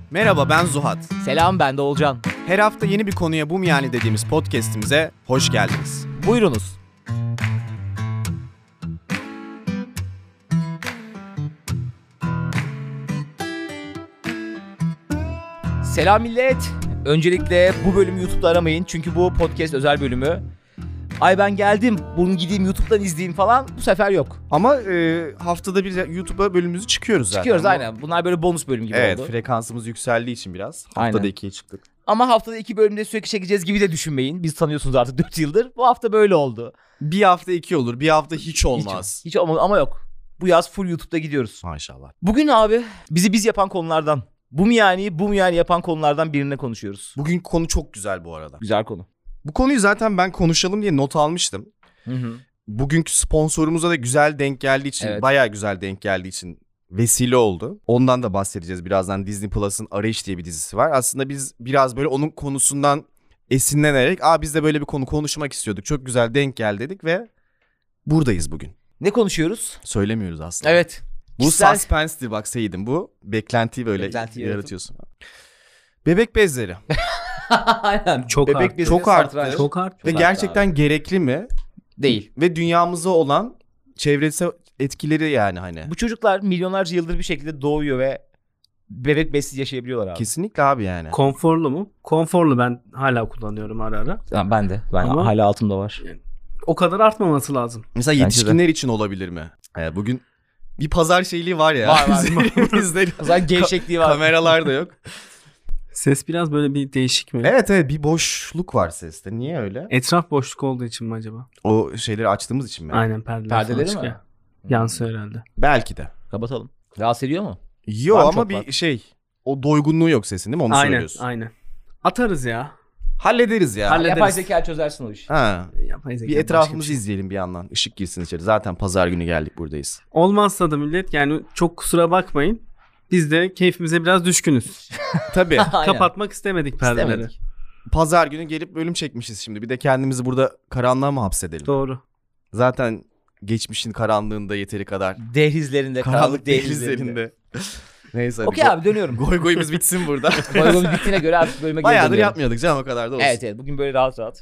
Merhaba, ben Zuhat. Selam, ben de Olcan. Her hafta yeni bir konuya bu mu yani dediğimiz podcast'imize hoş geldiniz. Buyurunuz. Selam millet. Öncelikle bu bölümü YouTube'da aramayın çünkü bu podcast özel bölümü. Ay ben geldim, bunu gideyim YouTube'dan izleyeyim falan, bu sefer yok. Ama haftada bir YouTube'a bölümümüzü çıkıyoruz zaten. Çıkıyoruz aynen. Bunlar böyle bonus bölüm gibi evet, oldu. frekansımız yükseldiği için biraz. Aynen. Haftada 2'ye çıktık. Ama haftada 2 bölümde sürekli çekeceğiz gibi de düşünmeyin. Biz tanıyorsunuz artık 4 yıldır. Bu hafta böyle oldu. Bir hafta 2 olur, bir hafta hiç olmaz. Hiç olmadı ama yok. Bu yaz full YouTube'da gidiyoruz. Maşallah. Bugün abi bizi biz yapan konulardan, bu mu yani yapan konulardan birine konuşuyoruz. Bugün konu çok güzel bu arada. Güzel konu. Bu konuyu zaten ben konuşalım diye not almıştım. Hı. Bugünkü sponsorumuza da güzel denk geldiği için, Evet. bayağı güzel denk geldiği için vesile oldu. Ondan da bahsedeceğiz birazdan. Disney Plus'ın Arayış diye bir dizisi var. Aslında biz biraz böyle onun konusundan esinlenerek biz de böyle bir konu konuşmak istiyorduk. Çok güzel denk gel dedik ve buradayız bugün. Ne konuşuyoruz? Söylemiyoruz aslında. Evet. Bu suspense'tir bak Seyit'im bu. Beklentiyi böyle yaratıyorsun. Bebek bezleri. Aynen. Çok Bebek arttı. bezi, Çok arttı. satranç. Çok arttı. Ve gerçekten gerekli mi? Değil. Ve dünyamıza olan çevresel etkileri yani hani. Bu çocuklar milyonlarca yıldır bir şekilde doğuyor ve bebek bezsiz yaşayabiliyorlar abi. Kesinlikle abi yani. Konforlu mu? Konforlu, ben hala kullanıyorum ara ara. Ben de. Ama- hala altımda var. O kadar artmaması lazım. Mesela Bence yetişkinler için olabilir mi? Bugün bir pazar şeyliği var ya. Var. Bizde O zaman gevşekliği var. kameralar da yok. Ses biraz böyle bir değişik mi? Evet bir boşluk var seste. Niye öyle? Etraf boşluk olduğu için mi acaba? O şeyleri açtığımız için mi? Aynen, perdeler Perdeleri falan mi? çıkıyor. Yansıyor herhalde. Belki de. Kapatalım. Rahatsız ediyor mu? Yo Var mı ama çok bir var? o doygunluğu yok sesin değil mi? Onu Aynen, söylüyorsun. aynen. Atarız ya. Hallederiz ya. Hallederiz. Yapay zeka çözersin o işi. Ha. Yapay zeka Bir başka etrafımızı şey. izleyelim bir yandan. Işık girsin içeri. Zaten pazar günü geldik buradayız. Olmazsa da millet, yani çok kusura bakmayın. Biz de keyfimize biraz düşkünüz. Tabii. Aynen. Kapatmak istemedik perdeleri. İstemedik. Pazar günü gelip bölüm çekmişiz şimdi. Bir de kendimizi burada karanlığa mı hapsedelim? Doğru. Zaten geçmişin karanlığında yeteri kadar. Dehlizlerinde, karanlık dehlizlerinde. Neyse. Okey abi dönüyorum. Goy goyumuz bitsin burada. Boyumuz bittiğine göre artık bölüme geri Bayağıdır dönüyorum. yapmıyorduk canım, o kadar da olsun. Evet bugün böyle rahat.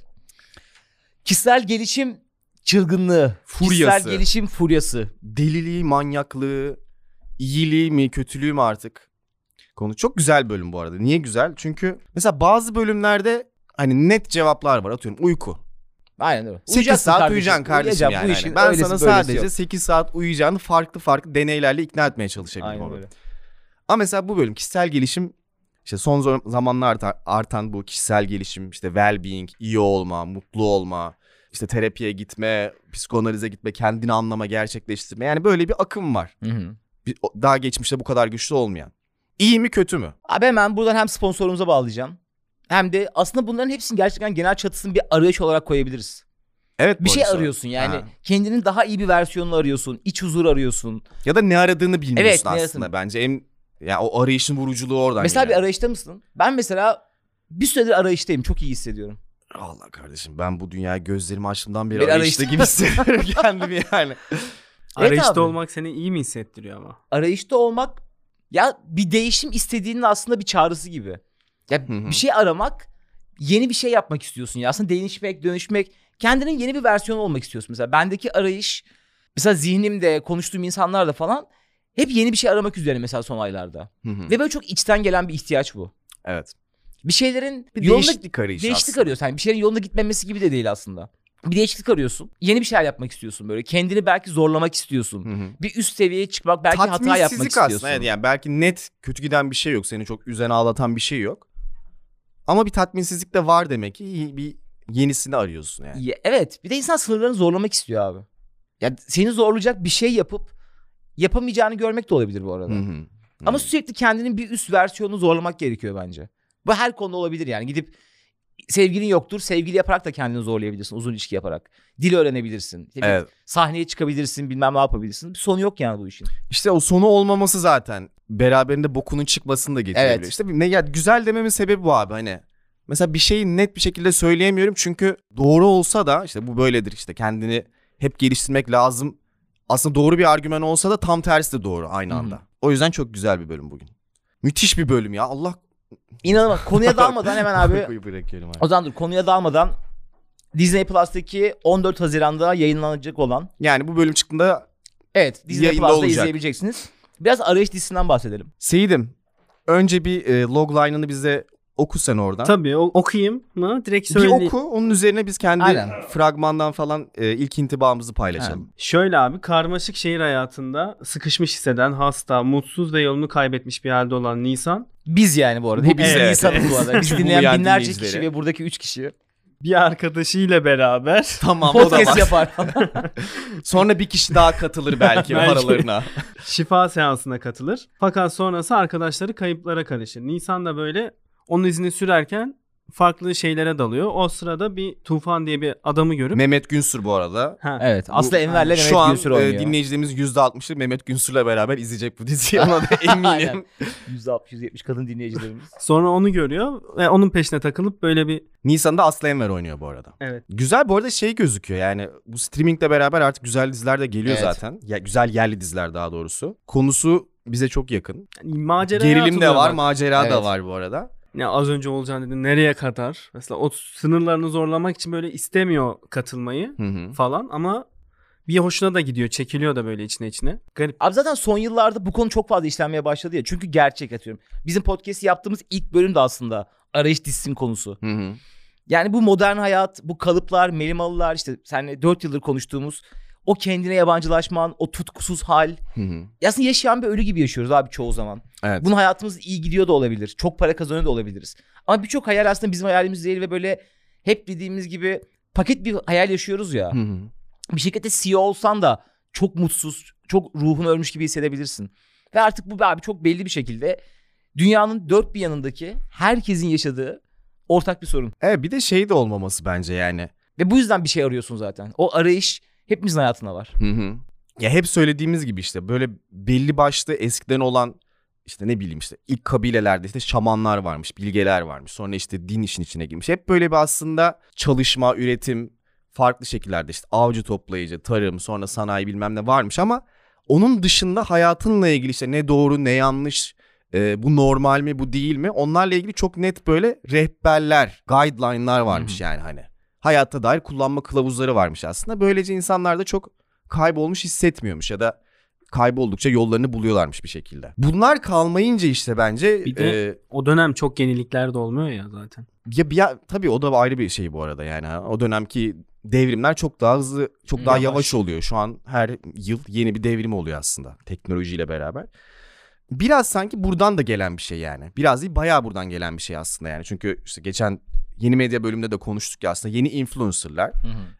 Kişisel gelişim çılgınlığı. Furyası. Kişisel gelişim furyası. Deliliği, manyaklığı, iyiliği mi, kötülüğü mü artık? Konu çok güzel bölüm bu arada. Niye güzel? Çünkü mesela bazı bölümlerde hani net cevaplar var. Atıyorum uyku. Aynen öyle. 8 saat uyuyacaksın kardeşim Uyuyacağım, yani. bu işin Ben öylesi sana böylesi sadece yok. 8 saat uyuyacağını farklı deneylerle ikna etmeye çalışabilirim. Aynen onu. öyle. Ama mesela bu bölüm kişisel gelişim, işte son zamanlarda artan bu kişisel gelişim, işte well-being, iyi olma, mutlu olma, işte terapiye gitme, psikanalize gitme, kendini anlama, gerçekleştirme. Yani böyle bir akım var. Hı. Daha geçmişte bu kadar güçlü olmayan. İyi mi kötü mü? Abi hemen buradan hem sponsorumuza bağlayacağım. Hem de aslında bunların hepsini gerçekten genel çatısını bir arayış olarak koyabiliriz. Evet. Bir şey Boris, arıyorsun yani. Ha. Kendinin daha iyi bir versiyonunu arıyorsun. İç huzur arıyorsun. Ya da ne aradığını bilmiyorsun Evet, ne aslında. arasın? Bence ya o arayışın vuruculuğu oradan Mesela geliyor. bir arayışta mısın? Ben mesela bir süredir arayıştayım. Çok iyi hissediyorum. Allah kardeşim, ben bu dünyaya gözlerimi açtığımdan beri Bir arayışta gibi hissediyorum kendimi yani. Arayışta abi. olmak seni iyi mi hissettiriyor ama? Arayışta olmak ya bir değişim istediğinin aslında bir çağrısı gibi. Ya Hı. bir şey aramak, yeni bir şey yapmak istiyorsun ya. Aslında değişmek, dönüşmek, kendinin yeni bir versiyonu olmak istiyorsun. Mesela bendeki arayış, mesela zihnimde, konuştuğum insanlarla falan hep yeni bir şey aramak üzere mesela son aylarda. Ve böyle çok içten gelen bir ihtiyaç bu. Evet. Bir şeylerin Bir yolunda değişiklik arayışı değişiklik aslında. arıyorsun. Yani bir şeylerin yolunda gitmemesi gibi de değil aslında. Bir değişiklik arıyorsun. Yeni bir şeyler yapmak istiyorsun böyle. Kendini belki zorlamak istiyorsun. Bir üst seviyeye çıkmak, belki hata yapmak Tatminsizlik istiyorsun. aslında. Evet, yani belki net kötü giden bir şey yok. Seni çok üzen, ağlatan bir şey yok. Ama bir tatminsizlik de var demek ki. Bir yenisini arıyorsun yani. Evet. Bir de insan sınırlarını zorlamak istiyor abi. Ya seni zorlayacak bir şey yapıp yapamayacağını görmek de olabilir bu arada. Ama sürekli kendinin bir üst versiyonunu zorlamak gerekiyor bence. Bu her konuda olabilir yani. Gidip sevgilin yoktur. Sevgili yaparak da kendini zorlayabilirsin. Uzun ilişki yaparak. Dil öğrenebilirsin. Evet. Sahneye çıkabilirsin. Bilmem ne yapabilirsin. Bir sonu yok yani bu işin. İşte o sonu olmaması zaten beraberinde bokunun çıkmasını da getirebiliyor. Evet. İşte güzel dememin sebebi bu abi hani. Mesela bir şeyi net bir şekilde söyleyemiyorum çünkü doğru olsa da işte bu böyledir, işte kendini hep geliştirmek lazım. Aslında doğru bir argüman olsa da tam tersi de doğru aynı anda. O yüzden çok güzel bir bölüm bugün. Müthiş bir bölüm ya. Allah İnanılmaz. Konuya dalmadan hemen abi. Bırakıyorum abi. O zaman dur, konuya dalmadan Disney Plus'taki 14 Haziran'da yayınlanacak olan. Yani bu bölüm çıktığında Evet, Disney yayında Plus'ta olacak. izleyebileceksiniz. Biraz arayış dizisinden bahsedelim. Seyit'im önce bir logline'ını bize oku sen oradan. Tabii okuyayım mı? Direkt Bir söyleyeyim. oku, onun üzerine biz kendi Aynen. fragmandan falan ilk intibamızı paylaşalım. Şöyle abi, karmaşık şehir hayatında sıkışmış hisseden, hasta, mutsuz ve yolunu kaybetmiş bir halde olan Nisan Biz yani bu arada. Bu Hepimiz biz, evet, insanız evet. bu arada. Bizi Bunu dinleyen yani binlerce dinleyicileri. kişi ve buradaki 3 kişi bir arkadaşıyla beraber Tamam, o da podcast var. yapar. Sonra bir kişi daha katılır belki Belki. aralarına. şifa seansına katılır. Fakat sonrası arkadaşları kayıplara karışır. Nisan da böyle onun izini sürerken farklı şeylere dalıyor. O sırada bir Tufan diye bir adamı görüp Mehmet Günsür bu arada. Evet. Aslı Enver'le Mehmet Şu an Günsür oynuyor. dinleyicilerimiz %60'ı Mehmet Günsür'le beraber izleyecek bu diziyi. Ona da eminim. Aynen. %60-%70 kadın dinleyicilerimiz. sonra onu görüyor ve onun peşine takılıp böyle bir Nisan'da Aslı Enver oynuyor bu arada. evet. Güzel, bu arada şey gözüküyor yani bu streamingle beraber artık güzel diziler de geliyor Evet. zaten. Ya, güzel yerli diziler daha doğrusu. Konusu bize çok yakın. Yani macera Gerilim de var, atılıyorlar. macera da Evet. var bu arada. Ya az önce Olcan dedi, nereye kadar? Mesela o sınırlarını zorlamak için böyle istemiyor katılmayı Hı hı. falan ama bir hoşuna da gidiyor, çekiliyor da böyle içine. Garip. Abi zaten son yıllarda bu konu çok fazla işlenmeye başladı ya. Çünkü gerçek, atıyorum. Bizim podcast'i yaptığımız ilk bölüm de aslında arayış dizisinin konusu. Hı hı. Yani bu modern hayat, bu kalıplar, Melimalılar, işte seninle 4 yıldır konuştuğumuz o kendine yabancılaşman, o tutkusuz hal. Hı hı. Aslında yaşayan bir ölü gibi yaşıyoruz abi çoğu zaman. Evet. Bunun hayatımız iyi gidiyor da olabilir. Çok para kazanıyor da olabiliriz. Ama birçok hayal aslında bizim hayalimiz değil ve böyle hep dediğimiz gibi paket bir hayal yaşıyoruz ya. Hı hı. Bir şirkette CEO olsan da çok mutsuz, çok ruhun ölmüş gibi hissedebilirsin. Ve artık bu abi çok belli bir şekilde dünyanın dört bir yanındaki herkesin yaşadığı ortak bir sorun. Evet, bir de şey de olmaması bence yani. Ve bu yüzden bir şey arıyorsun zaten. O arayış hepimizin hayatında var. Hı hı. Ya hep söylediğimiz gibi işte böyle belli başlı eskiden olan işte ne bileyim işte ilk kabilelerde işte şamanlar varmış, bilgeler varmış. Sonra işte din işin içine girmiş. Hep böyle bir aslında çalışma, üretim, farklı şekillerde işte avcı toplayıcı, tarım, sonra sanayi bilmem ne varmış ama onun dışında hayatınla ilgili işte ne doğru ne yanlış, bu normal mi bu değil mi, onlarla ilgili çok net böyle rehberler, guideline'lar varmış yani hani. Hayata dair kullanma kılavuzları varmış aslında. Böylece insanlar da çok kaybolmuş hissetmiyormuş ya da kayboldukça yollarını buluyorlarmış bir şekilde. Bunlar kalmayınca işte bence Bir de o dönem çok yenilikler de olmuyor ya zaten. tabii o da ayrı bir şey bu arada yani. O dönemki devrimler çok daha hızlı, çok daha yavaş oluyor. Şu an her yıl yeni bir devrim oluyor aslında teknolojiyle beraber. Biraz sanki buradan da gelen bir şey yani. Biraz değil, bayağı buradan gelen bir şey aslında yani. Çünkü işte geçen yeni medya bölümünde de konuştuk ya, aslında yeni influencerlar,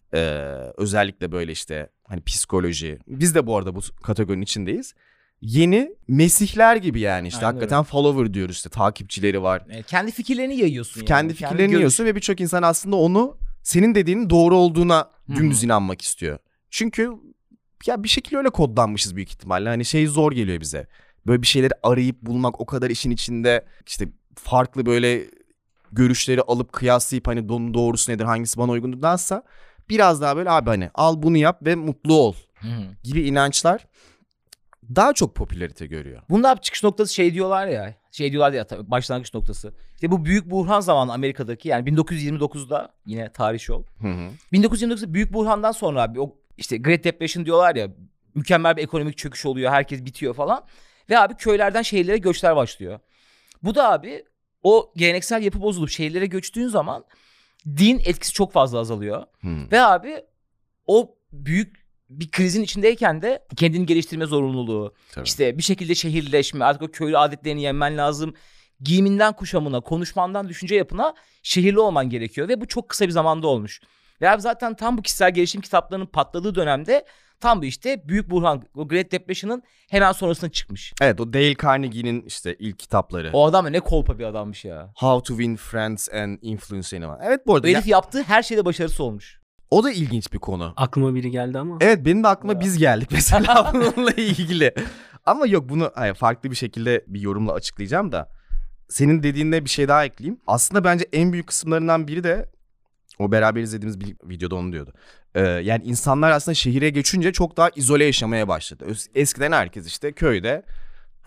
özellikle böyle işte hani psikoloji, biz de bu arada bu kategorinin içindeyiz. Yeni mesihler gibi yani işte. Aynen Hakikaten follower diyoruz işte, takipçileri var. Kendi fikirlerini yayıyorsun. Kendi fikirlerini yiyorsun ve birçok insan aslında onu senin dediğinin doğru olduğuna dümdüz inanmak istiyor. Çünkü ya bir şekilde öyle kodlanmışız büyük ihtimalle. Hani şey zor geliyor bize. Böyle bir şeyleri arayıp bulmak, o kadar işin içinde işte farklı böyle görüşleri alıp kıyaslayıp hani onun doğrusu nedir, hangisi bana uygundansa biraz daha böyle abi hani al bunu yap ve mutlu ol gibi inançlar daha çok popülarite görüyor. Bunda abi çıkış noktası şey diyorlar ya. Şey diyorlar ya, tabii başlangıç noktası. İşte bu büyük buhran zamanı Amerika'daki, yani 1929'da, yine tarih şov. 1929'da büyük buhrandan sonra abi o işte Great Depression diyorlar ya, mükemmel bir ekonomik çöküş oluyor, herkes bitiyor falan. Ve abi köylerden şehirlere göçler başlıyor. Bu da abi o geleneksel yapı bozulup şehirlere göçtüğün zaman din etkisi çok fazla azalıyor. Ve abi o büyük bir krizin içindeyken de kendini geliştirme zorunluluğu, Tabii. işte bir şekilde şehirleşme, artık o köylü adetlerini yenmen lazım. Giyiminden kuşamına, konuşmandan düşünce yapına şehirli olman gerekiyor ve bu çok kısa bir zamanda olmuş. Ve abi zaten tam bu kişisel gelişim kitaplarının patladığı dönemde tam bu işte büyük buhran, o Great Depression'ın hemen sonrasına çıkmış. Evet, o Dale Carnegie'nin işte ilk kitapları. O adam da ne kolpa bir adammış ya. How to Win Friends and Influence Anyone. Evet, bu arada O herif yaptığı her şeyde başarısı olmuş. o da ilginç bir konu. Aklıma biri geldi ama. Evet, benim de aklıma biz geldik mesela bununla ilgili. Ama yok, bunu farklı bir şekilde bir yorumla açıklayacağım da. Senin dediğinde bir şey daha ekleyeyim. Aslında bence en büyük kısımlarından biri de o beraber izlediğimiz bir videoda onu diyordu. Yani insanlar aslında şehire geçince çok daha izole yaşamaya başladı. Eskiden herkes işte köyde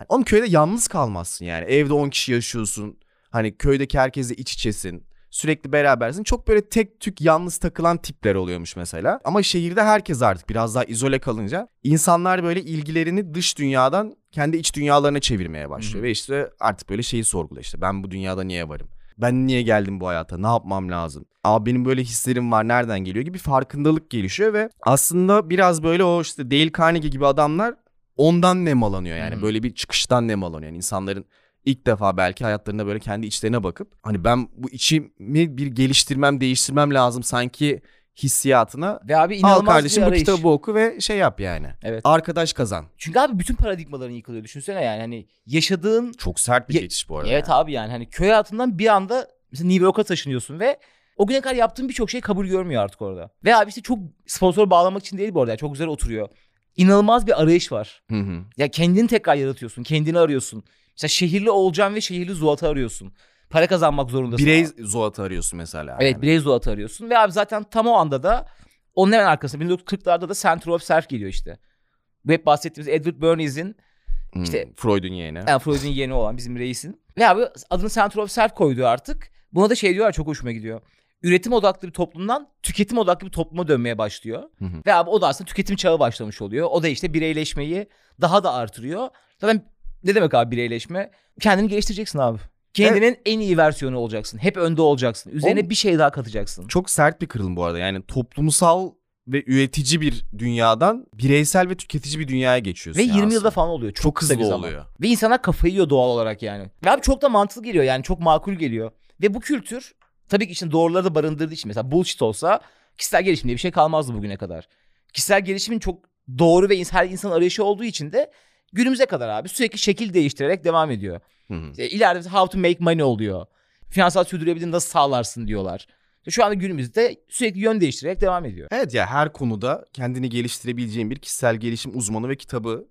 Hani oğlum köyde yalnız kalmazsın yani. Evde 10 kişi yaşıyorsun. Hani köydeki herkesle iç içesin. Sürekli berabersin. Çok böyle tek tük yalnız takılan tipler oluyormuş mesela. Ama şehirde herkes artık biraz daha izole kalınca insanlar böyle ilgilerini dış dünyadan kendi iç dünyalarına çevirmeye başlıyor. Ve işte artık böyle şeyi sorguluyor işte. Ben bu dünyada niye varım? Ben niye geldim bu hayata? Ne yapmam lazım? Aa benim böyle hislerim var. Nereden geliyor gibi farkındalık gelişiyor ve aslında biraz böyle o işte Dale Carnegie gibi adamlar ondan nemalanıyor yani. Böyle bir çıkıştan nemalanıyor. Yani insanların ilk defa belki hayatlarında böyle kendi içlerine bakıp hani ben bu içimi bir geliştirmem, değiştirmem lazım sanki hissiyatına. Ve abi Al inanılmaz kardeşim bir bu arayış. kitabı oku ve şey yap yani. Evet. Arkadaş kazan. Çünkü abi bütün paradigmaların yıkılıyor. Düşünsene yani hani yaşadığın... Çok sert bir geçiş bu arada. Evet yani. abi yani hani köy hayatından bir anda mesela New York'a taşınıyorsun ve o güne kadar yaptığın birçok şey kabul görmüyor artık orada. Ve abi işte çok sponsor bağlamak için değil bu arada. Yani çok güzel oturuyor. İnanılmaz bir arayış var. Hı. Ya kendini tekrar yaratıyorsun. Kendini arıyorsun. Mesela şehirli olacağım ve şehirli Zuhat'ı arıyorsun. Para kazanmak zorundasın. Birey Zuhat'ı arıyorsun mesela. Evet yani. birey Zuhat'ı arıyorsun. Ve abi zaten tam o anda da onun hemen arkasında 1940'larda da Center of Self geliyor işte. Bu hep bahsettiğimiz Edward Bernays'in işte Freud'un yeğeni. yani Freud'un yeğeni olan bizim reisin. Ve abi adını Center of Self koydu artık. Buna da şey diyorlar çok hoşuma gidiyor. Üretim odaklı bir toplumdan tüketim odaklı bir topluma dönmeye başlıyor. Ve abi o da aslında tüketim çağı başlamış oluyor. O da işte bireyleşmeyi daha da artırıyor. Zaten ne demek abi bireyleşme? Kendini geliştireceksin abi. Kendinin en iyi versiyonu olacaksın. Hep önde olacaksın. Üzerine bir şey daha katacaksın. Çok sert bir kırılım bu arada. Yani toplumsal ve üretici bir dünyadan bireysel ve tüketici bir dünyaya geçiyorsun. Ve 20 aslında. yılda falan oluyor. Çok kısa hızlı bir zaman. oluyor. Ve insanlar kafayı yiyor doğal olarak yani. Ve abi çok da mantıklı geliyor yani çok makul geliyor. Ve bu kültür tabii ki içinde doğruları da barındırdığı için mesela bullshit olsa kişisel gelişim diye bir şey kalmazdı bugüne kadar. Kişisel gelişimin çok doğru ve her insan arayışı olduğu için de günümüze kadar abi sürekli şekil değiştirerek devam ediyor. İşte ileride how to make money oluyor. Finansal sürdürülebilirliğini nasıl sağlarsın diyorlar. Şu anda günümüzde sürekli yön değiştirerek devam ediyor. Evet ya her konuda kendini geliştirebileceğin bir kişisel gelişim uzmanı ve kitabı,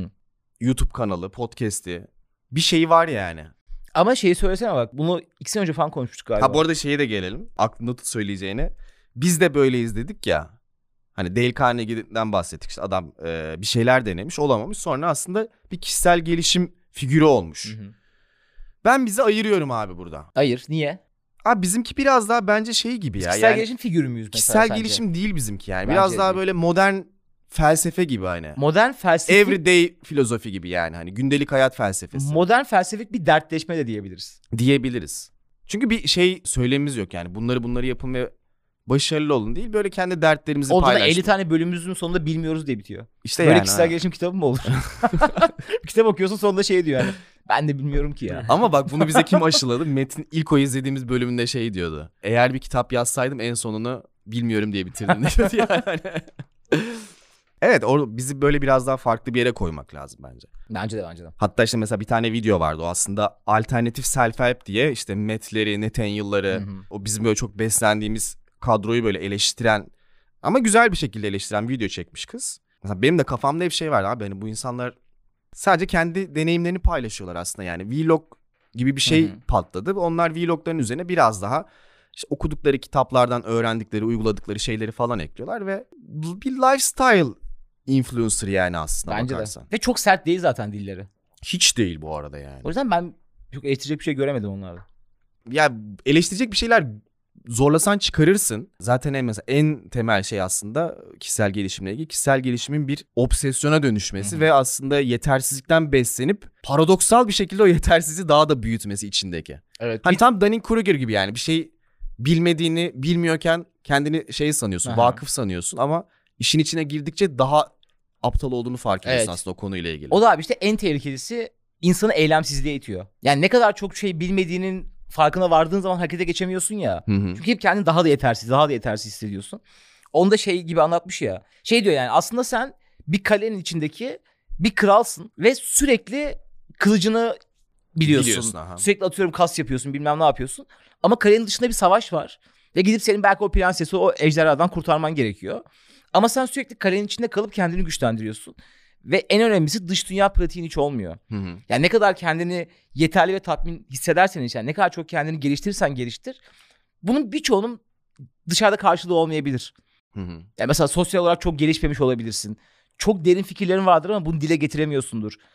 YouTube kanalı, podcast'i bir şey var yani. Ama şeyi söylesene bak bunu 2 sene önce falan konuşmuştuk galiba. Ha bu arada şeye de gelelim. Aklında tut söyleyeceğine. Biz de böyleyiz dedik ya. Hani Dale Carnegie'den bahsettik. İşte adam bir şeyler denemiş olamamış. Sonra aslında bir kişisel gelişim figürü olmuş. Ben bizi ayırıyorum abi burada. Hayır niye? Abi bizimki biraz daha bence şey gibi ya. Kişisel yani gelişim figürü müyüz mesela kişisel sence? gelişim değil bizimki yani. Bence Biraz daha değil. böyle modern felsefe gibi hani. Modern felsefik Everyday filozofi gibi yani. Hani gündelik hayat felsefesi. modern felsefik bir dertleşme de diyebiliriz. Diyebiliriz. Çünkü bir şey söylemimiz yok yani. Bunları yapın ve başarılı olun değil. Böyle kendi dertlerimizi Onda da paylaşmak. 50 tane bölümümüzün sonunda bilmiyoruz diye bitiyor. İşte Böyle yani. kişisel ha. gelişim kitabı mı olur? Bir kitap okuyorsun sonunda şey diyor yani. Ben de bilmiyorum ki ya. Ama bak bunu bize kim aşıladı? Metin ilk o izlediğimiz bölümünde şey diyordu. Eğer bir kitap yazsaydım en sonunu bilmiyorum diye bitirdim diyordu yani. Evet bizi böyle biraz daha farklı bir yere koymak lazım bence. Bence de. Hatta işte mesela bir tane video vardı o aslında alternatif self-help diye işte Matt'leri, Nathaniel'ları o bizim böyle çok beslendiğimiz kadroyu böyle eleştiren ama güzel bir şekilde eleştiren bir video çekmiş kız. Mesela benim de kafamda hep şey var abi hani bu insanlar sadece kendi deneyimlerini paylaşıyorlar aslında yani vlog gibi bir şey patladı. Onlar vlogların üzerine biraz daha işte okudukları kitaplardan öğrendikleri, uyguladıkları şeyleri falan ekliyorlar ve bir lifestyle influencer yani aslında Bence bakarsan. de. Ve çok sert değil zaten dilleri. Hiç değil bu arada yani. O yüzden ben çok eleştirecek bir şey göremedim onlarda. Ya eleştirecek bir şeyler zorlasan çıkarırsın. Zaten en temel şey aslında kişisel gelişimle ilgili. Kişisel gelişimin bir obsesyona dönüşmesi ve aslında yetersizlikten beslenip paradoksal bir şekilde o yetersizliği daha da büyütmesi içindeki. Evet. Hani tam Dunning-Kruger gibi yani bir şey bilmediğini bilmiyorken kendini şey sanıyorsun, vakıf sanıyorsun ama işin içine girdikçe daha aptal olduğunu fark ediyorsun aslında o konuyla ilgili. O da abi işte en tehlikelisi insanı eylemsizliğe itiyor. Yani ne kadar çok şey bilmediğinin farkına vardığın zaman harekete geçemiyorsun ya. Çünkü hep kendini daha da yetersiz hissediyorsun. Onu da şey gibi anlatmış ya. Şey diyor yani aslında sen bir kalenin içindeki bir kralsın ve sürekli kılıcını biliyorsun. Sürekli atıyorum kas yapıyorsun bilmem ne yapıyorsun. Ama kalenin dışında bir savaş var. Ve gidip senin belki o prensesi o ejderhadan kurtarman gerekiyor. Ama sen sürekli kalenin içinde kalıp kendini güçlendiriyorsun. Ve en önemlisi dış dünya pratiğin hiç olmuyor. Yani ne kadar kendini yeterli ve tatmin hissedersen yani ne kadar çok kendini geliştirirsen geliştir. Bunun birçoğunun dışarıda karşılığı olmayabilir. Yani mesela sosyal olarak çok gelişmemiş olabilirsin. Çok derin fikirlerin vardır ama bunu dile getiremiyorsundur.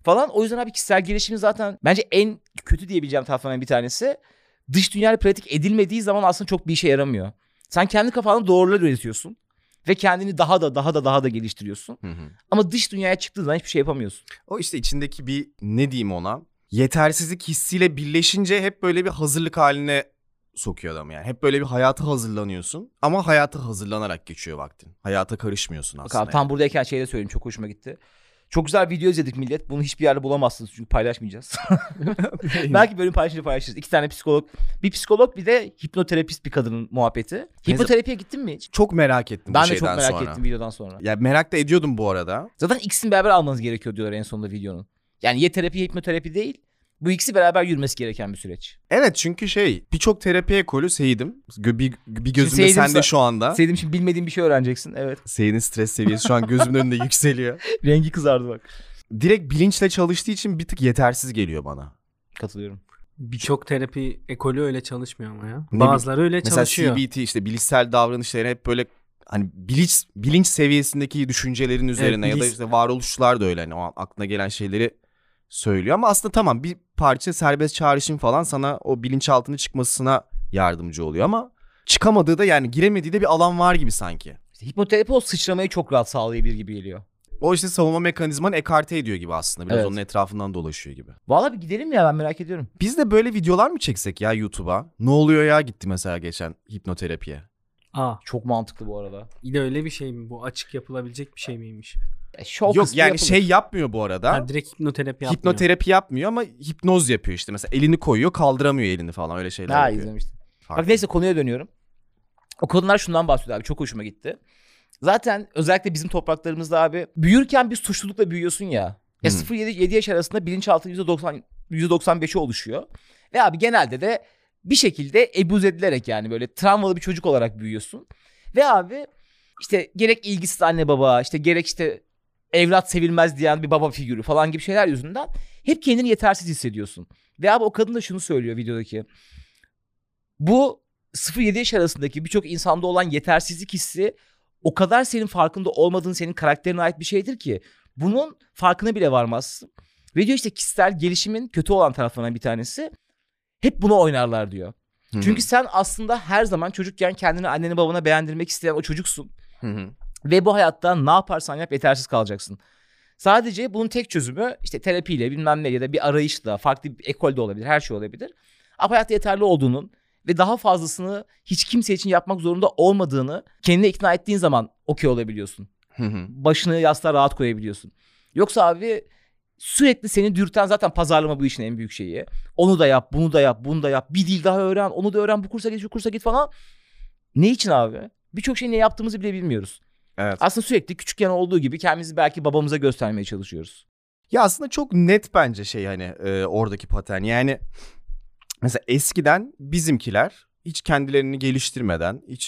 falan. O yüzden abi kişisel gelişimin zaten bence en kötü diyebileceğim taraflarından bir tanesi. Dış dünyayla pratik edilmediği zaman aslında çok bir işe yaramıyor. Sen kendi kafanda doğrular üretiyorsun. Ve kendini daha da geliştiriyorsun. Ama dış dünyaya çıktığın zaman hiçbir şey yapamıyorsun. O işte içindeki bir ne diyeyim ona, yetersizlik hissiyle birleşince hep böyle bir hazırlık haline sokuyor adamı yani. Hep böyle bir hayata hazırlanıyorsun ama hayata hazırlanarak geçiyor vaktin. Hayata karışmıyorsun Bak aslında. abi, tam buradayken şey de söyleyeyim, çok hoşuma gitti. Çok güzel video izledik millet. Bunu hiçbir yerde bulamazsınız çünkü paylaşmayacağız. Belki bölüm paylaşınca paylaşırız. 2 tane psikolog. Bir psikolog, bir de hipnoterapist bir kadının muhabbeti. Hipnoterapiye gittin mi hiç? Çok merak ettim Ben bu de çok şeyden merak sonra. ettim videodan sonra. Ya merak da ediyordum bu arada. Zaten ikisini beraber almanız gerekiyor diyorlar en sonunda videonun. Yani ya terapi ya hipnoterapi değil. Bu ikisi beraber yürümesi gereken bir süreç. Evet çünkü birçok terapi ekolü Seyit'im. Bir gözümde Seyit'im sende şu anda. Sevdiğim için bilmediğim bir şey öğreneceksin. Evet. Seyit'in stres seviyesi şu an gözümün önünde yükseliyor. Rengi kızardı bak. Direkt bilinçle çalıştığı için bir tık yetersiz geliyor bana. Katılıyorum. Birçok terapi ekolü öyle çalışmıyor ama ya. Ne Bazıları öyle Mesela çalışıyor. CBT işte bilişsel davranışları hep böyle hani bilinç seviyesindeki düşüncelerin üzerine ya da işte varoluşçular da öyle hani o an aklına gelen şeyleri söylüyor ama aslında tamam bir parça serbest çağrışım falan sana o bilinçaltının çıkmasına yardımcı oluyor ama çıkamadığı da yani giremediği de bir alan var gibi sanki. İşte hipnoterapi o sıçramayı çok rahat sağlayabilir gibi geliyor. O işte savunma mekanizmanı ekarte ediyor gibi aslında. Biraz Evet. onun etrafından dolaşıyor gibi. Vallahi bir gidelim ya, ben merak ediyorum. Biz de böyle videolar mı çeksek ya YouTube'a? Ne oluyor ya gitti mesela geçen hipnoterapiye. Çok mantıklı bu arada. Bir de öyle bir şey mi? Bu açık yapılabilecek bir şey miymiş? Şov Yok kısmı yani yapılır. şey yapmıyor bu arada. Ha, direkt hipnoterapi yapmıyor. Hipnoterapi yapmıyor ama hipnoz yapıyor işte. Mesela elini koyuyor kaldıramıyor elini falan öyle şeyler Ha, yapıyor. izlemiştim. Farklı. Bak neyse, konuya dönüyorum. O kadınlar şundan bahsediyor abi, çok hoşuma gitti. Zaten özellikle bizim topraklarımızda abi büyürken bir suçlulukla büyüyorsun ya. Ya 0-7 yaş arasında bilinçaltı %95'i oluşuyor. Ve abi genelde de bir şekilde ebuz edilerek, yani böyle travmalı bir çocuk olarak büyüyorsun. Ve abi işte gerek ilgisiz anne baba, işte gerek işte evlat sevilmez diyen bir baba figürü falan gibi şeyler yüzünden hep kendini yetersiz hissediyorsun. Ve abi o kadın da şunu söylüyor videodaki. Bu 0-7 yaş arasındaki birçok insanda olan yetersizlik hissi o kadar senin farkında olmadığın, senin karakterine ait bir şeydir ki bunun farkına bile varmazsın. Ve diyor işte kişisel gelişimin kötü olan taraflarından bir tanesi hep bunu oynarlar diyor. Çünkü sen aslında her zaman çocukken kendini annene babana beğendirmek isteyen o çocuksun. Ve bu hayatta ne yaparsan yap yetersiz kalacaksın. Sadece bunun tek çözümü işte terapiyle bilmem ne ya da bir arayışla, farklı bir ekolde olabilir, her şey olabilir. Ama hayatta yeterli olduğunun ve daha fazlasını hiç kimse için yapmak zorunda olmadığını kendine ikna ettiğin zaman okey olabiliyorsun. Başını yastığa rahat koyabiliyorsun. Yoksa abi sürekli seni dürten zaten pazarlama bu işin en büyük şeyi. Onu da yap, bunu da yap, bunu da yap. Bir dil daha öğren, onu da öğren, bu kursa git, şu kursa git falan. Ne için abi? Birçok şey ne yaptığımızı bile bilmiyoruz. Evet. Aslında sürekli küçükken olduğu gibi kendimizi belki babamıza göstermeye çalışıyoruz. Ya aslında çok net bence hani oradaki patern. Yani mesela eskiden bizimkiler hiç kendilerini geliştirmeden, hiç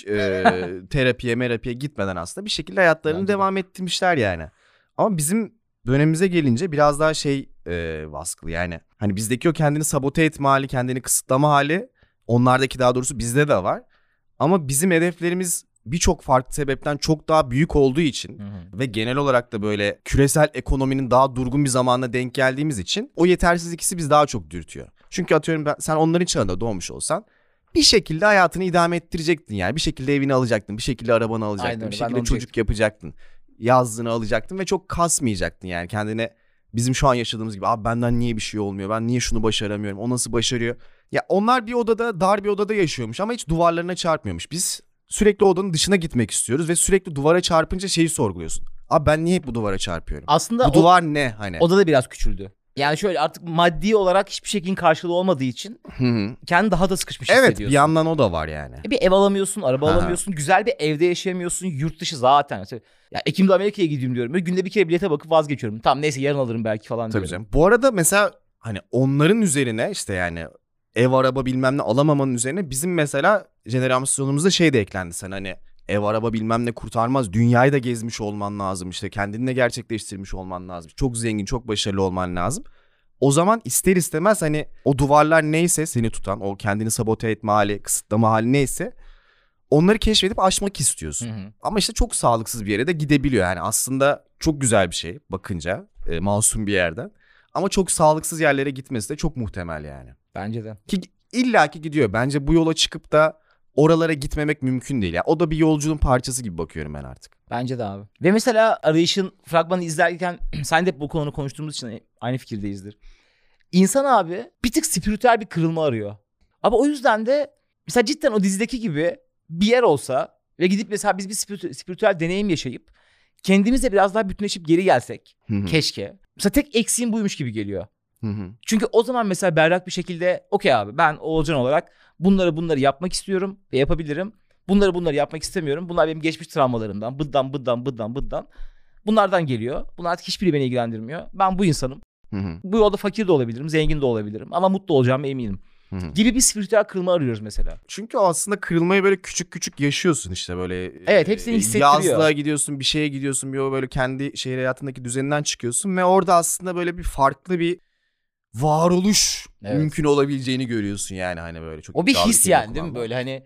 terapiye gitmeden aslında bir şekilde hayatlarını Bence de. devam ettirmişler yani. Ama bizim dönemimize gelince biraz daha baskılı yani. Hani bizdeki o kendini sabote etme hali, kendini kısıtlama hali onlardaki daha doğrusu bizde de var. Ama bizim hedeflerimiz birçok farklı sebepten çok daha büyük olduğu için ve genel olarak da böyle küresel ekonominin daha durgun bir zamanla denk geldiğimiz için o yetersizlik hissi bizi daha çok dürtüyor. Çünkü atıyorum sen onların çağında doğmuş olsan bir şekilde hayatını idame ettirecektin yani. Bir şekilde evini alacaktın, bir şekilde arabanı alacaktın, Aynen öyle, bir ben de şekilde onu çocuk yapacaktın. Yazlığını alacaktın ve çok kasmayacaktın yani kendine. Bizim şu an yaşadığımız gibi abi benden niye bir şey olmuyor, ben niye şunu başaramıyorum, o nasıl başarıyor. Ya onlar bir odada, dar bir odada yaşıyormuş ama hiç duvarlarına çarpmıyormuş. Biz sürekli odanın dışına gitmek istiyoruz ve sürekli duvara çarpınca şeyi sorguluyorsun. Abi ben niye hep bu duvara çarpıyorum? Aslında Bu duvar ne hani? oda da biraz küçüldü. Yani şöyle artık maddi olarak hiçbir şeyin karşılığı olmadığı için kendini daha da sıkışmış Evet hissediyorsun. bir yandan o da var yani. Bir ev alamıyorsun, araba Ha. alamıyorsun, güzel bir evde yaşayamıyorsun, yurt dışı zaten. Mesela, ya Ekim'de Amerika'ya gideyim diyorum. Böyle günde bir kere bilete bakıp vazgeçiyorum. Tamam neyse yarın alırım belki falan Tabii diyorum. canım. Bu arada mesela hani onların üzerine işte yani ev araba bilmem ne alamamanın üzerine bizim mesela jenerasyonumuzda de eklendi. Sen hani ev araba bilmem ne kurtarmaz. Dünyayı da gezmiş olman lazım. İşte kendini de gerçekleştirmiş olman lazım. Çok zengin, çok başarılı olman lazım. O zaman ister istemez hani o duvarlar neyse seni tutan, o kendini sabote etme hali, kısıtlama hali neyse onları keşfedip aşmak istiyorsun. Ama işte çok sağlıksız bir yere de gidebiliyor. Yani aslında çok güzel bir şey bakınca masum bir yerden. Ama çok sağlıksız yerlere gitmesi de çok muhtemel yani. Bence de. Ki illaki gidiyor. Bence bu yola çıkıp da oralara gitmemek mümkün değil. Yani o da bir yolculuğun parçası gibi bakıyorum ben artık. Bence de abi. Ve mesela Arayış'ın fragmanı izlerken sen de bu konuyu konuştuğumuz için aynı fikirdeyizdir. İnsan abi bir tık spiritüel bir kırılma arıyor. Ama o yüzden de mesela cidden o dizideki gibi bir yer olsa ve gidip mesela biz bir spiritüel deneyim yaşayıp kendimizle biraz daha bütünleşip geri gelsek keşke. Mesela tek eksiğim buymuş gibi geliyor. Çünkü o zaman mesela berrak bir şekilde okey abi ben Oğulcan olarak bunları yapmak istiyorum ve yapabilirim. Bunları yapmak istemiyorum. Bunlar benim geçmiş travmalarımdan. Bıddan. Bunlardan geliyor. Bunlar artık hiçbiri beni ilgilendirmiyor. Ben bu insanım. Bu yolda fakir de olabilirim, zengin de olabilirim. Ama mutlu olacağıma eminim. Gibi bir spiritüel kırılma arıyoruz mesela. Çünkü o aslında kırılmayı böyle küçük küçük yaşıyorsun işte böyle. Evet, hepsini hissettiriyor. Yazlığa gidiyorsun, bir şeye gidiyorsun, bir o böyle kendi şehir hayatındaki düzeninden çıkıyorsun ve orada aslında böyle bir farklı bir varoluş mümkün olabileceğini görüyorsun yani hani böyle çok. O bir his yani değil mi böyle hani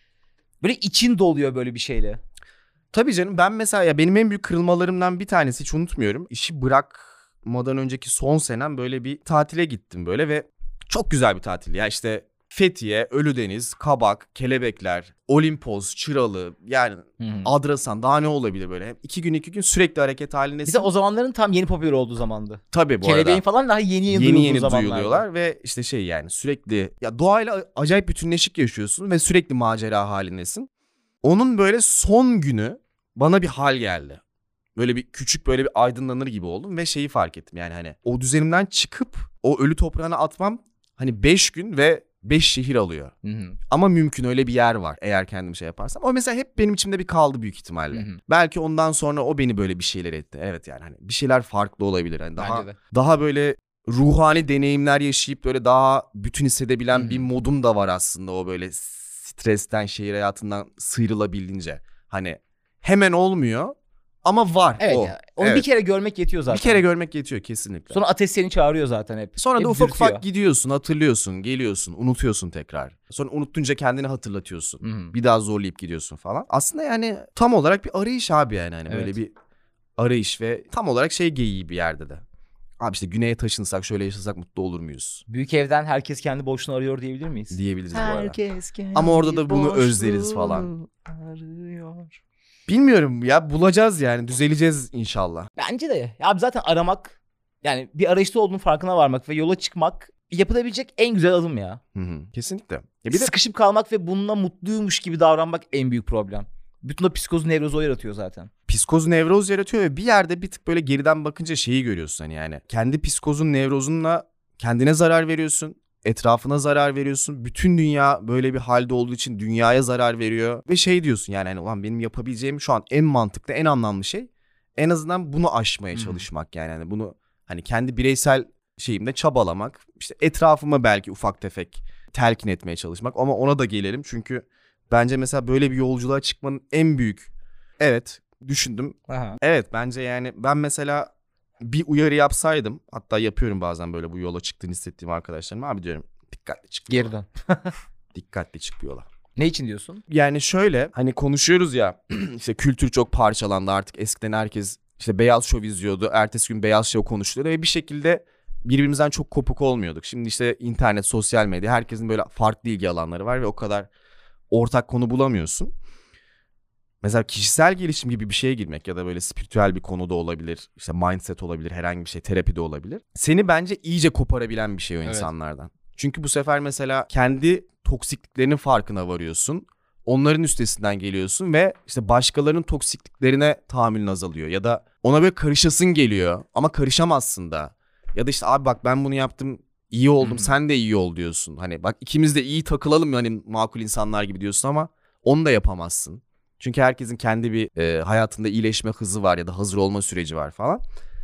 böyle için doluyor böyle bir şeyle. Tabii canım, ben mesela ya benim en büyük kırılmalarımdan bir tanesi, hiç unutmuyorum. İşi bırakmadan önceki son senem böyle bir tatile gittim böyle ve çok güzel bir tatil ya, işte Fethiye, Ölüdeniz, Kabak, Kelebekler, Olimpos, Çıralı, yani Adrasan, daha ne olabilir böyle. 2 gün sürekli hareket halindesin. Bize o zamanların tam yeni popüler olduğu zamandı. Tabii bu Kelebeğin arada. falan daha yeni duyuluyorlar ve işte şey yani sürekli ya doğayla acayip bütünleşik yaşıyorsun ve sürekli macera halindesin. Onun böyle son günü bana bir hal geldi. Böyle bir küçük böyle bir aydınlanır gibi oldum ve şeyi fark ettim yani hani o düzenimden çıkıp o ölü toprağına atmam hani 5 gün ve 5 şehir alıyor. Ama mümkün, öyle bir yer var eğer kendim şey yaparsam. O mesela hep benim içimde bir kaldı büyük ihtimalle. Belki ondan sonra o beni böyle bir şeyler etti. Evet yani hani bir şeyler farklı olabilir. Hani daha böyle ruhani deneyimler yaşayıp böyle daha bütün hissedebilen bir modum da var aslında, o böyle stresten, şehir hayatından sıyrılabildiğince. Hani hemen olmuyor ama var. Evet o. Ya. Onu bir kere görmek yetiyor zaten. Bir kere görmek yetiyor kesinlikle. Sonra ateş seni çağırıyor zaten hep. Sonra hep da ufak dürtüyor. ufak gidiyorsun, hatırlıyorsun, geliyorsun, unutuyorsun tekrar. Sonra unuttunca kendini hatırlatıyorsun. Bir daha zorlayıp gidiyorsun falan. Aslında yani tam olarak bir arayış abi yani. Hani böyle bir arayış ve tam olarak şey geyiği bir yerde de. Abi işte güneye taşınsak, şöyle yaşasak mutlu olur muyuz? Büyük evden herkes kendi boşluğunu arıyor diyebilir miyiz? Diyebiliriz bu arada. Herkes kendi ama orada da bunu özleriz falan. Arıyor. Bilmiyorum ya, bulacağız yani, düzeleceğiz inşallah. Bence de. Ya abi zaten aramak, yani bir arayışta olduğunun farkına varmak ve yola çıkmak yapılabilecek en güzel adım ya. Kesinlikle. Ya bir de sıkışıp kalmak ve bununla mutluymuş gibi davranmak en büyük problem. Bütün o psikoz nevrozu o yaratıyor zaten. Psikoz nevroz yaratıyor ve bir yerde bir tık böyle geriden bakınca şeyi görüyorsun hani yani. Kendi psikozun, nevrozunla kendine zarar veriyorsun. Etrafına zarar veriyorsun. Bütün dünya böyle bir halde olduğu için dünyaya zarar veriyor. Ve şey diyorsun yani hani ulan benim yapabileceğim şu an en mantıklı, en anlamlı şey en azından bunu aşmaya çalışmak yani. Hani bunu hani kendi bireysel şeyimde çabalamak. İşte etrafıma belki ufak tefek telkin etmeye çalışmak, ama ona da gelelim. Çünkü bence mesela böyle bir yolculuğa çıkmanın en büyük, evet düşündüm. Evet bence yani ben mesela bir uyarı yapsaydım, hatta yapıyorum bazen böyle bu yola çıktığını hissettiğim arkadaşlarıma, abi diyorum dikkatli çık. Geri dön. Dikkatli çık bu yola. Ne için diyorsun? Yani şöyle hani konuşuyoruz ya işte kültür çok parçalandı artık, eskiden herkes işte beyaz şov izliyordu, ertesi gün beyaz şov konuşuluyordu ve bir şekilde birbirimizden çok kopuk olmuyorduk. Şimdi işte internet, sosyal medya, herkesin böyle farklı ilgi alanları var ve o kadar ortak konu bulamıyorsun. Mesela kişisel gelişim gibi bir şeye girmek ya da böyle spiritüel bir konuda olabilir, işte mindset olabilir, herhangi bir şey, terapi de olabilir. Seni bence iyice koparabilen bir şey o insanlardan. Çünkü bu sefer mesela kendi toksikliklerinin farkına varıyorsun. Onların üstesinden geliyorsun ve işte başkalarının toksikliklerine tahammülün azalıyor. Ya da ona böyle karışasın geliyor ama karışamazsın da. Ya da işte abi bak ben bunu yaptım, iyi oldum, sen de iyi ol diyorsun. Hani bak ikimiz de iyi takılalım hani makul insanlar gibi diyorsun ama onu da yapamazsın. Çünkü herkesin kendi bir hayatında iyileşme hızı var ya da hazır olma süreci var falan.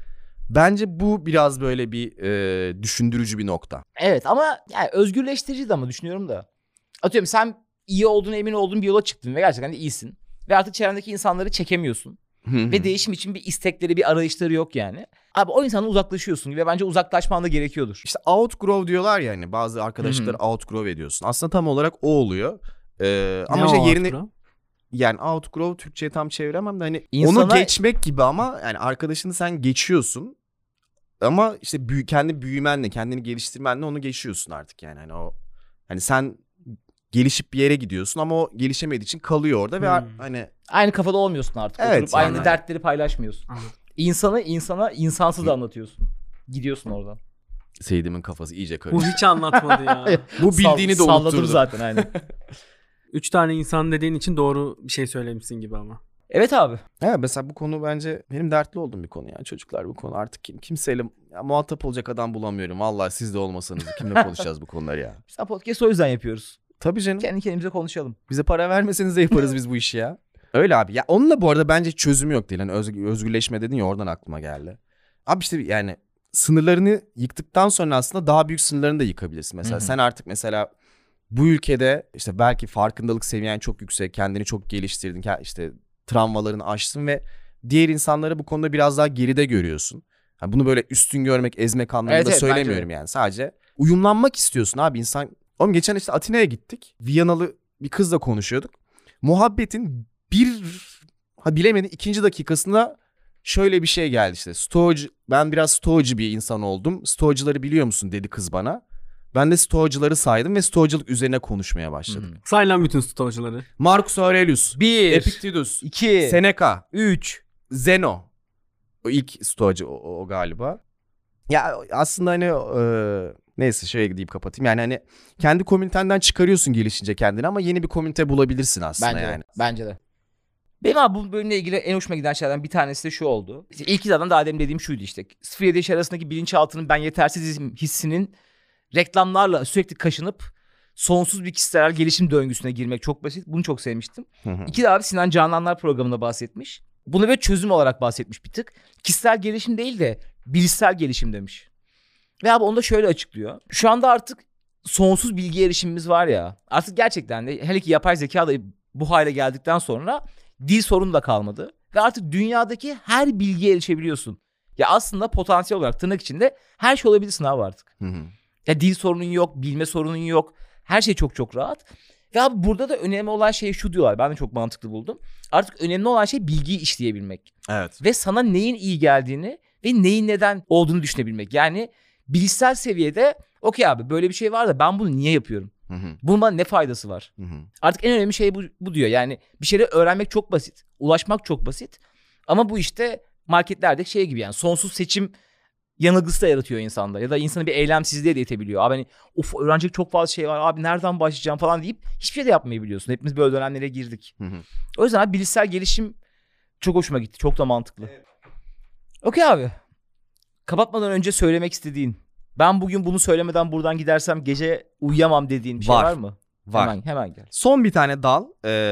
Bence bu biraz böyle bir düşündürücü bir nokta. Evet ama yani özgürleştirici de ama düşünüyorum da. Atıyorum sen iyi olduğunu emin olduğun bir yola çıktın ve gerçekten de iyisin. Ve artık çevrendeki insanları çekemiyorsun. Ve değişim için bir istekleri, bir arayışları yok yani. Abi o insandan uzaklaşıyorsun ve bence uzaklaşman da gerekiyordur. İşte outgrow diyorlar ya hani, bazı arkadaşlıkları outgrow ediyorsun. Aslında tam olarak o oluyor. Ama işte yerini... Yani outgrow Türkçe'ye tam çeviremem de hani onu geçmek gibi, ama yani arkadaşını sen geçiyorsun Ama işte kendi büyümenle, kendini geliştirmenle onu geçiyorsun artık yani. Hani o hani sen gelişip bir yere gidiyorsun ama o gelişemediği için kalıyor orada ve hani Aynı kafada olmuyorsun artık. Evet, Oturup aynı yani. dertleri paylaşmıyorsun. Anladım. İnsana insansız da anlatıyorsun. Gidiyorsun oradan. Seydi'min kafası iyice Bu karıştı. hiç anlatmadı ya. Bu bildiğini de Salladım unutturdu. zaten aynen. 3 tane insan dediğin için doğru bir şey söylemişsin gibi ama. Evet abi. Evet, mesela bu konu bence benim dertli olduğum bir konu ya. Çocuklar bu konu artık kimseyle muhatap olacak adam bulamıyorum. Vallahi siz de olmasanız kimle konuşacağız bu konuları ya. Biz podcast o yüzden yapıyoruz. Tabii canım. Kendi kendimize konuşalım. Bize para vermeseniz de yaparız biz bu işi ya. Öyle abi. Ya onunla bu arada bence çözümü yok değil. Hani özgürleşme dedin ya, oradan aklıma geldi. Abi işte yani sınırlarını yıktıktan sonra aslında daha büyük sınırlarını da yıkabilirsin. Mesela Hı hı. sen artık mesela bu ülkede işte belki farkındalık seviyen çok yüksek. Kendini çok geliştirdin. İşte travmalarını aştın ve diğer insanları bu konuda biraz daha geride görüyorsun. Yani bunu böyle üstün görmek, ezmek anlamında Evet, söylemiyorum bence de. yani. Sadece uyumlanmak istiyorsun abi insan. Oğlum geçen işte Atina'ya gittik. Viyanalı bir kızla konuşuyorduk. Muhabbetin bilemedin 2. dakikasında şöyle bir şey geldi işte. Ben biraz stoacı bir insan oldum. Stoacıları biliyor musun dedi kız bana. Ben de stoacıları saydım ve stoacılık üzerine konuşmaya başladık. Say lan bütün stoacıları. Marcus Aurelius, 1, Epictetus, 2, Seneca, 3. Zeno. O ilk stoacı o galiba. Ya aslında hani neyse şöyle deyip kapatayım. Yani hani kendi komünitenden çıkarıyorsun gelişince kendini ama yeni bir komünite bulabilirsin aslında Bence yani. de. Bence de. Benim abi bu bölümle ilgili en hoşuma giden şeylerden bir tanesi de şu oldu. İşte ilk zaten daha demin dediğim şuydu işte. 0-7 yaş arasındaki bilinçaltının ben yetersizim hissinin reklamlarla sürekli kaşınıp sonsuz bir kişisel gelişim döngüsüne girmek çok basit. Bunu çok sevmiştim. Hı hı. İki de abi Sinan Cananlar programında bahsetmiş. Bunu böyle çözüm olarak bahsetmiş bir tık. Kişisel gelişim değil de bilişsel gelişim demiş. Ve abi onu da şöyle açıklıyor. Şu anda artık sonsuz bilgi erişimimiz var ya. Artık gerçekten de hele ki yapay zeka da bu hale geldikten sonra dil sorunu da kalmadı. Ve artık dünyadaki her bilgiye erişebiliyorsun. Ya aslında potansiyel olarak tırnak içinde her şey olabilirsin abi artık. Hı hı. Ya dil sorunun yok, bilme sorunun yok. Her şey çok çok rahat. Ve abi burada da önemli olan şey şu diyorlar. Ben de çok mantıklı buldum. Artık önemli olan şey bilgiyi işleyebilmek. Evet. Ve sana neyin iyi geldiğini ve neyin neden olduğunu düşünebilmek. Yani bilişsel seviyede okey abi böyle bir şey var da ben bunu niye yapıyorum? Hı hı. Bunun bana ne faydası var? Hı hı. Artık en önemli şey bu diyor. Yani bir şeyleri öğrenmek çok basit. Ulaşmak çok basit. Ama bu işte marketlerdeki şey gibi yani sonsuz seçim yanılgısı da yaratıyor insanda. Ya da insanı bir eylemsizliğe de itebiliyor. Abi hani öğrenecek çok fazla şey var. Abi nereden başlayacağım falan deyip hiçbir şey de yapmayı biliyorsun. Hepimiz böyle dönemlere girdik. Hı hı. O yüzden abi bilişsel gelişim çok hoşuma gitti. Çok da mantıklı. Okey abi. Kapatmadan önce söylemek istediğin. Ben bugün bunu söylemeden buradan gidersem gece uyuyamam dediğin bir şey Var. var mı? Var. Hemen gel. Son bir tane dal.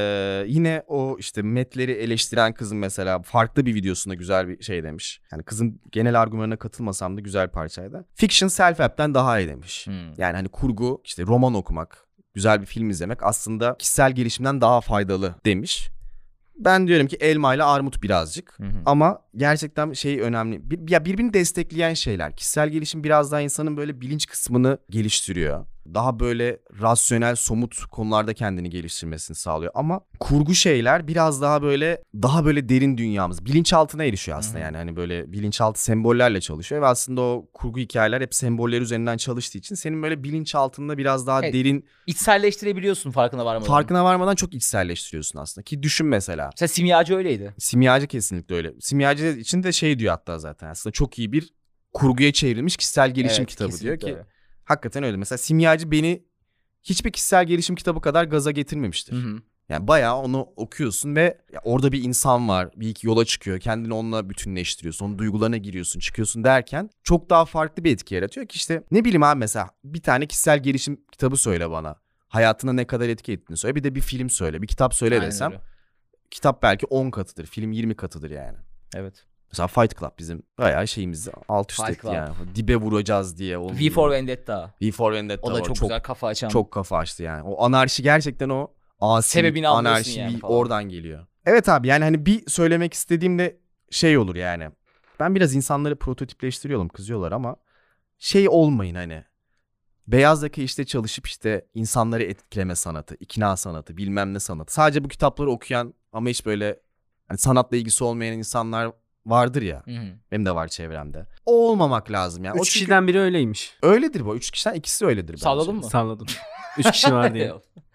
Yine o işte metleri eleştiren kızın mesela farklı bir videosunda güzel bir şey demiş. Yani kızın genel argümanına katılmasam da güzel parçaydı. Fiction self-help'ten daha iyi demiş. Yani hani kurgu, işte roman okumak, güzel bir film izlemek aslında kişisel gelişimden daha faydalı demiş. Ben diyorum ki elma ile armut birazcık. Ama gerçekten şey önemli. Ya birbirini destekleyen şeyler. Kişisel gelişim biraz daha insanın böyle bilinç kısmını geliştiriyor. Daha böyle rasyonel, somut konularda kendini geliştirmesini sağlıyor. Ama kurgu şeyler biraz daha böyle derin dünyamız. Bilinçaltına erişiyor aslında yani. Hani böyle bilinçaltı sembollerle çalışıyor ve aslında o kurgu hikayeler hep semboller üzerinden çalıştığı için senin böyle bilinçaltında biraz daha Evet. derin, İçselleştirebiliyorsun farkına varmadan çok içselleştiriyorsun aslında. Ki düşün mesela. Mesela simyacı öyleydi. Simyacı kesinlikle öyle. Simyacı için de şey diyor hatta zaten. Aslında çok iyi bir kurguya çevrilmiş kişisel gelişim Evet, kitabı diyor kesinlikle ki. öyle. Hakikaten öyle. Mesela Simyacı beni hiçbir kişisel gelişim kitabı kadar gaza getirmemiştir. Yani bayağı onu okuyorsun ve orada bir insan var. Bir iki yola çıkıyor. Kendini onunla bütünleştiriyorsun. Onun duygularına giriyorsun, çıkıyorsun derken çok daha farklı bir etki yaratıyor ki işte ne bileyim abi mesela bir tane kişisel gelişim kitabı söyle bana. Hayatına ne kadar etki ettiğini söyle. Bir de bir film söyle, bir kitap söyle Aynen desem. öyle. Kitap belki 10 katıdır, film 20 katıdır yani. Evet. Mesela Fight Club bizim bayağı şeyimizi alt üst Fight etti Club. yani. Dibe vuracağız diye. V for Vendetta. V for Vendetta O da var. çok güzel kafa açan. Çok kafa açtı yani. O anarşi gerçekten o asi Sebebini anlıyorsun anarşi yani falan. oradan geliyor. Evet abi yani hani bir söylemek istediğimde şey olur yani. Ben biraz insanları prototipleştiriyorum, kızıyorlar ama şey olmayın hani. Beyaz yaka işte çalışıp işte insanları etkileme sanatı, ikna sanatı, bilmem ne sanatı. Sadece bu kitapları okuyan ama hiç böyle hani sanatla ilgisi olmayan insanlar vardır ya. Hı hı. Benim de var çevremde. O olmamak lazım yani. 3 O çünkü kişiden biri öyleymiş. öyledir bu. 3 kişiden ikisi öyledir bence. Salladın mı? Salladım. 3 kişi var diye.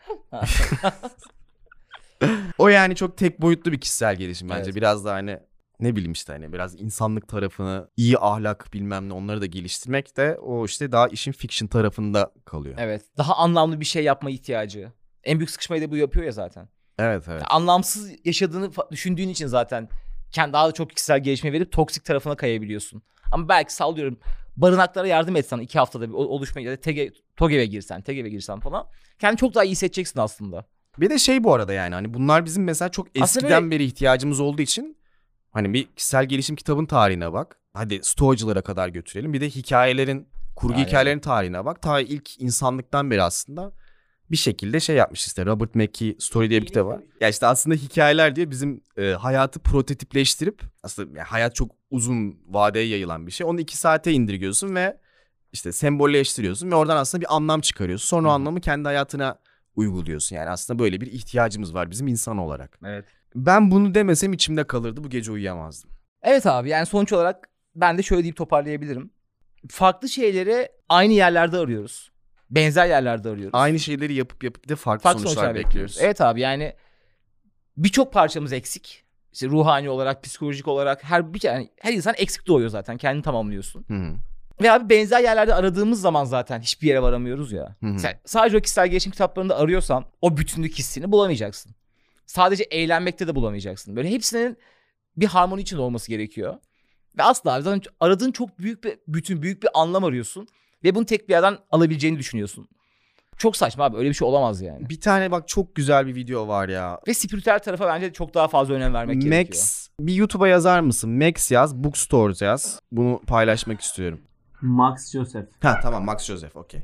O yani çok tek boyutlu bir kişisel gelişim bence. Evet. Biraz da hani ne bileyim işte hani biraz insanlık tarafını, iyi ahlak bilmem ne onları da geliştirmek de o işte daha işin fiction tarafında kalıyor. Evet. Daha anlamlı bir şey yapma ihtiyacı. En büyük sıkışmayı da bu yapıyor ya zaten. Evet evet. Anlamsız yaşadığını düşündüğün için zaten daha çok kişisel gelişme verip toksik tarafına kayabiliyorsun. Ama belki sallıyorum barınaklara yardım etsen 2 haftada bir oluşmaya ya da TOGEV'e girsen falan kendini çok daha iyi hissedeceksin aslında. Bir de şey bu arada yani hani bunlar bizim mesela çok Aslında eskiden böyle- beri ihtiyacımız olduğu için hani bir kişisel gelişim kitabın tarihine bak. Hadi stoacılara kadar götürelim. Bir de hikayelerin, kurgu Aynen. hikayelerin tarihine bak. Ta ilk insanlıktan beri aslında bir şekilde şey yapmış işte. Robert McKee Story diye bir kitap var. Ya işte aslında hikayeler diye bizim hayatı prototipleştirip aslında yani hayat çok uzun vadeye yayılan bir şey. Onu 2 saate indirgiyorsun ve işte sembolleştiriyorsun ve oradan aslında bir anlam çıkarıyorsun. Sonra o anlamı kendi hayatına uyguluyorsun. Yani aslında böyle bir ihtiyacımız var bizim insan olarak. Evet. Ben bunu demesem içimde kalırdı. Bu gece uyuyamazdım. Evet abi yani sonuç olarak ben de şöyle deyip toparlayabilirim. Farklı şeyleri aynı yerlerde arıyoruz. Benzer yerlerde arıyoruz. Aynı şeyleri yapıp bir de farklı Farklı sonuçlar sonuçlar bekliyoruz. Evet abi yani birçok parçamız eksik. İşte ruhani olarak, psikolojik olarak her insan eksik doğuyor zaten. Kendini tamamlıyorsun. Hı hı. Ve abi benzer yerlerde aradığımız zaman zaten hiçbir yere varamıyoruz ya. Hı hı. Sen sadece o kişisel gelişim kitaplarında arıyorsan o bütünlük hissini bulamayacaksın. Sadece eğlenmekte de bulamayacaksın. Böyle hepsinin bir harmoni içinde olması gerekiyor. Ve asla zaten aradığın çok büyük bir bütün, büyük bir anlam arıyorsun. Ve bunu tek bir yerden alabileceğini düşünüyorsun. Çok saçma abi, öyle bir şey olamaz yani. Bir tane bak çok güzel bir video var ya. Ve spiritüel tarafa bence çok daha fazla önem vermek gerekiyor. Max bir YouTube'a yazar mısın? Max yaz, Bookstores yaz. Bunu paylaşmak istiyorum. Max Joseph. Ha tamam Max Joseph okey.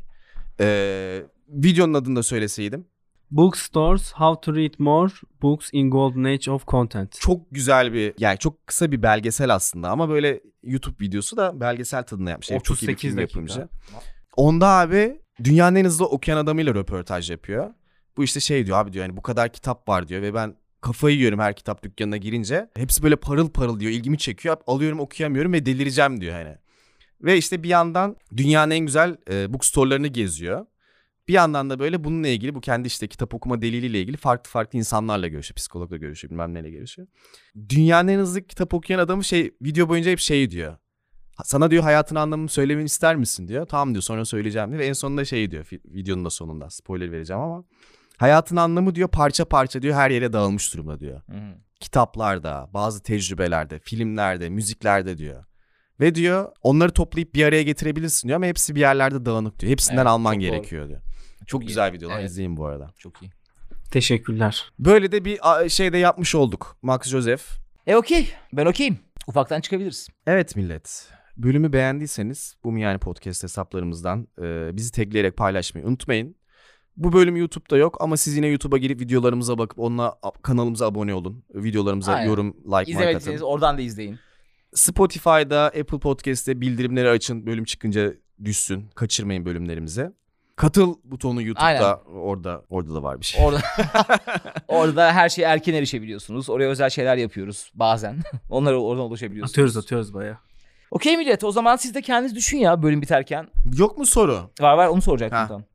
Videonun adını da söyleseydim. Bookstores, How to Read More Books in Golden Age of Content. Çok güzel bir yani çok kısa bir belgesel aslında ama böyle YouTube videosu da belgesel tadında yapmış. Çok iyi bir 38 film dakika. yapımcı. Onda abi dünyanın en hızlı okuyan adamıyla röportaj yapıyor. Bu işte şey diyor abi diyor yani bu kadar kitap var diyor ve ben kafayı yiyorum her kitap dükkanına girince. Hepsi böyle parıl parıl diyor, ilgimi çekiyor. Alıyorum okuyamıyorum ve delireceğim diyor hani. Ve işte bir yandan dünyanın en güzel bookstore'larını geziyor. Bir yandan da böyle bununla ilgili bu kendi işte kitap okuma deliliyle ilgili farklı insanlarla görüşüyor. Psikologla görüşüyor, bilmem neyle görüşüyor. Dünyanın en hızlı kitap okuyan adamı video boyunca hep şey diyor. Sana diyor hayatın anlamını söylemeni ister misin diyor. Tamam diyor sonra söyleyeceğim diyor. Ve en sonunda şey diyor videonun da sonunda spoiler vereceğim ama. Hayatın anlamı diyor parça parça diyor her yere dağılmış durumda diyor. Hı-hı. Kitaplarda, bazı tecrübelerde, filmlerde, müziklerde diyor. Ve diyor onları toplayıp bir araya getirebilirsin diyor ama hepsi bir yerlerde dağınık diyor. Hepsinden Evet, alman çok gerekiyor diyor. Çok iyi. güzel videolar Evet. izleyin bu arada. Çok iyi. Teşekkürler. Böyle de bir şey de yapmış olduk. Max Joseph. Okey. Ben okeyim. Ufaktan çıkabiliriz. Evet millet. Bölümü beğendiyseniz bu yani podcast hesaplarımızdan bizi tagleyerek paylaşmayı unutmayın. Bu bölüm YouTube'da yok ama siz yine YouTube'a girip videolarımıza bakıp onunla kanalımıza abone olun. Videolarımıza Aynen. yorum, like İzlemediyseniz atın. oradan da izleyin. Spotify'da, Apple Podcast'te bildirimleri açın. Bölüm çıkınca düşsün. Kaçırmayın bölümlerimize. Katıl butonu YouTube'da. Aynen. Orada da var bir şey. Orada her şeye erken erişebiliyorsunuz. Oraya özel şeyler yapıyoruz bazen. Onlara oradan ulaşabiliyorsunuz. Atıyoruz bayağı. Okey millet, o zaman siz de kendiniz düşün ya bölüm biterken. Yok mu soru? Var onu soracaktım Ha. tam.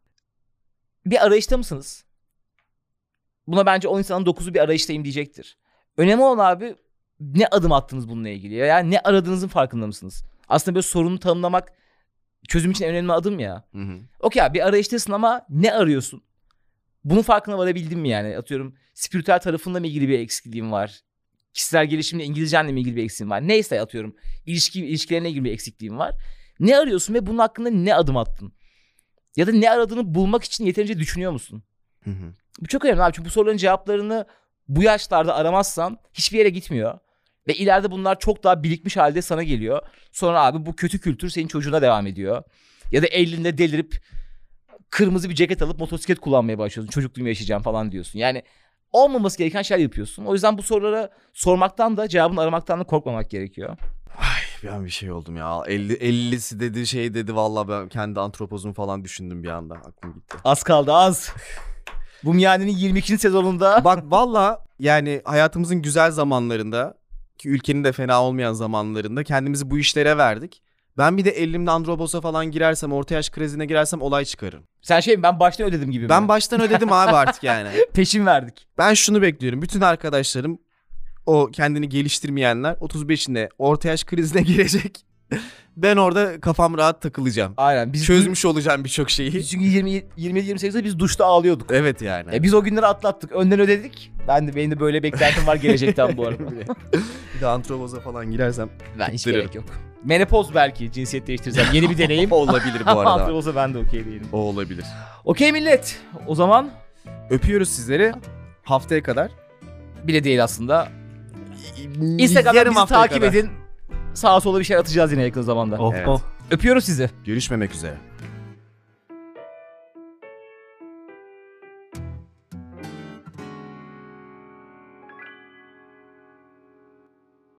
Bir arayışta mısınız? Buna bence 10 insanın 9'u bir arayıştayım diyecektir. Önemli olan abi ne adım attınız bununla ilgili ya. Yani ne aradığınızın farkında mısınız? Aslında böyle sorunu tanımlamak çözüm için en önemli adım ya. Hı. Okey abi bir arayıştasın ama ne arıyorsun? Bunun farkına varabildin mi yani? Atıyorum spiritüel tarafınla mı ilgili bir eksikliğin var? Kişisel gelişimle, İngilizcenle mi ilgili bir eksikliğin var? Neyse atıyorum ilişkilerine ilgili bir eksikliğin var. Ne arıyorsun ve bunun hakkında ne adım attın? Ya da ne aradığını bulmak için yeterince düşünüyor musun? Hı hı. Bu çok önemli abi çünkü bu soruların cevaplarını bu yaşlarda aramazsan hiçbir yere gitmiyor. Ve ileride bunlar çok daha birikmiş halde sana geliyor. Sonra abi bu kötü kültür senin çocuğuna devam ediyor. Ya da 50'inde delirip kırmızı bir ceket alıp motosiklet kullanmaya başlıyorsun. Çocukluğumu yaşayacağım falan diyorsun. Yani olmaması gereken şeyler yapıyorsun. O yüzden bu sorulara sormaktan da cevabını aramaktan da korkmamak gerekiyor. Ben bir şey oldum ya. 50'si dedi şey dedi vallahi ben kendi antropozumu falan düşündüm bir anda. Aklım gitti. Az kaldı az. Bu Miyane'nin 22. sezonunda. Bak valla yani hayatımızın güzel zamanlarında ki ülkenin de fena olmayan zamanlarında kendimizi bu işlere verdik. Ben bir de elimde androboza falan girersem, orta yaş krizine girersem olay çıkarırım. Sen şey mi, ben baştan ödedim gibi mi? Ben baştan ödedim abi artık yani. Peşin verdik. Ben şunu bekliyorum. Bütün arkadaşlarım, o kendini geliştirmeyenler 35'inde orta yaş krizine girecek. Ben orada kafam rahat takılacağım. Aynen. Biz Çözmüş olacağım birçok şeyi. Biz çünkü 27-28'de biz duşta ağlıyorduk. Evet yani. Biz o günleri atlattık. Önden ödedik. Benim de böyle beklentim var gelecekten bu arada. Bir de androboza falan girersem Ben hiç kutlarım. gerek yok. Menopoz belki cinsiyet değiştirirsem. Yeni bir deneyim. Olabilir bu arada. Andropoz'a ben de okey değilim. O olabilir. Okey millet. O zaman Öpüyoruz sizleri. Haftaya kadar. bile değil aslında. Instagram'dan Yarım bizi haftaya takip kadar. edin. Sağa sola bir şey atacağız yine yakın zamanda. Oh Evet. oh. Öpüyoruz sizi. Görüşmemek üzere.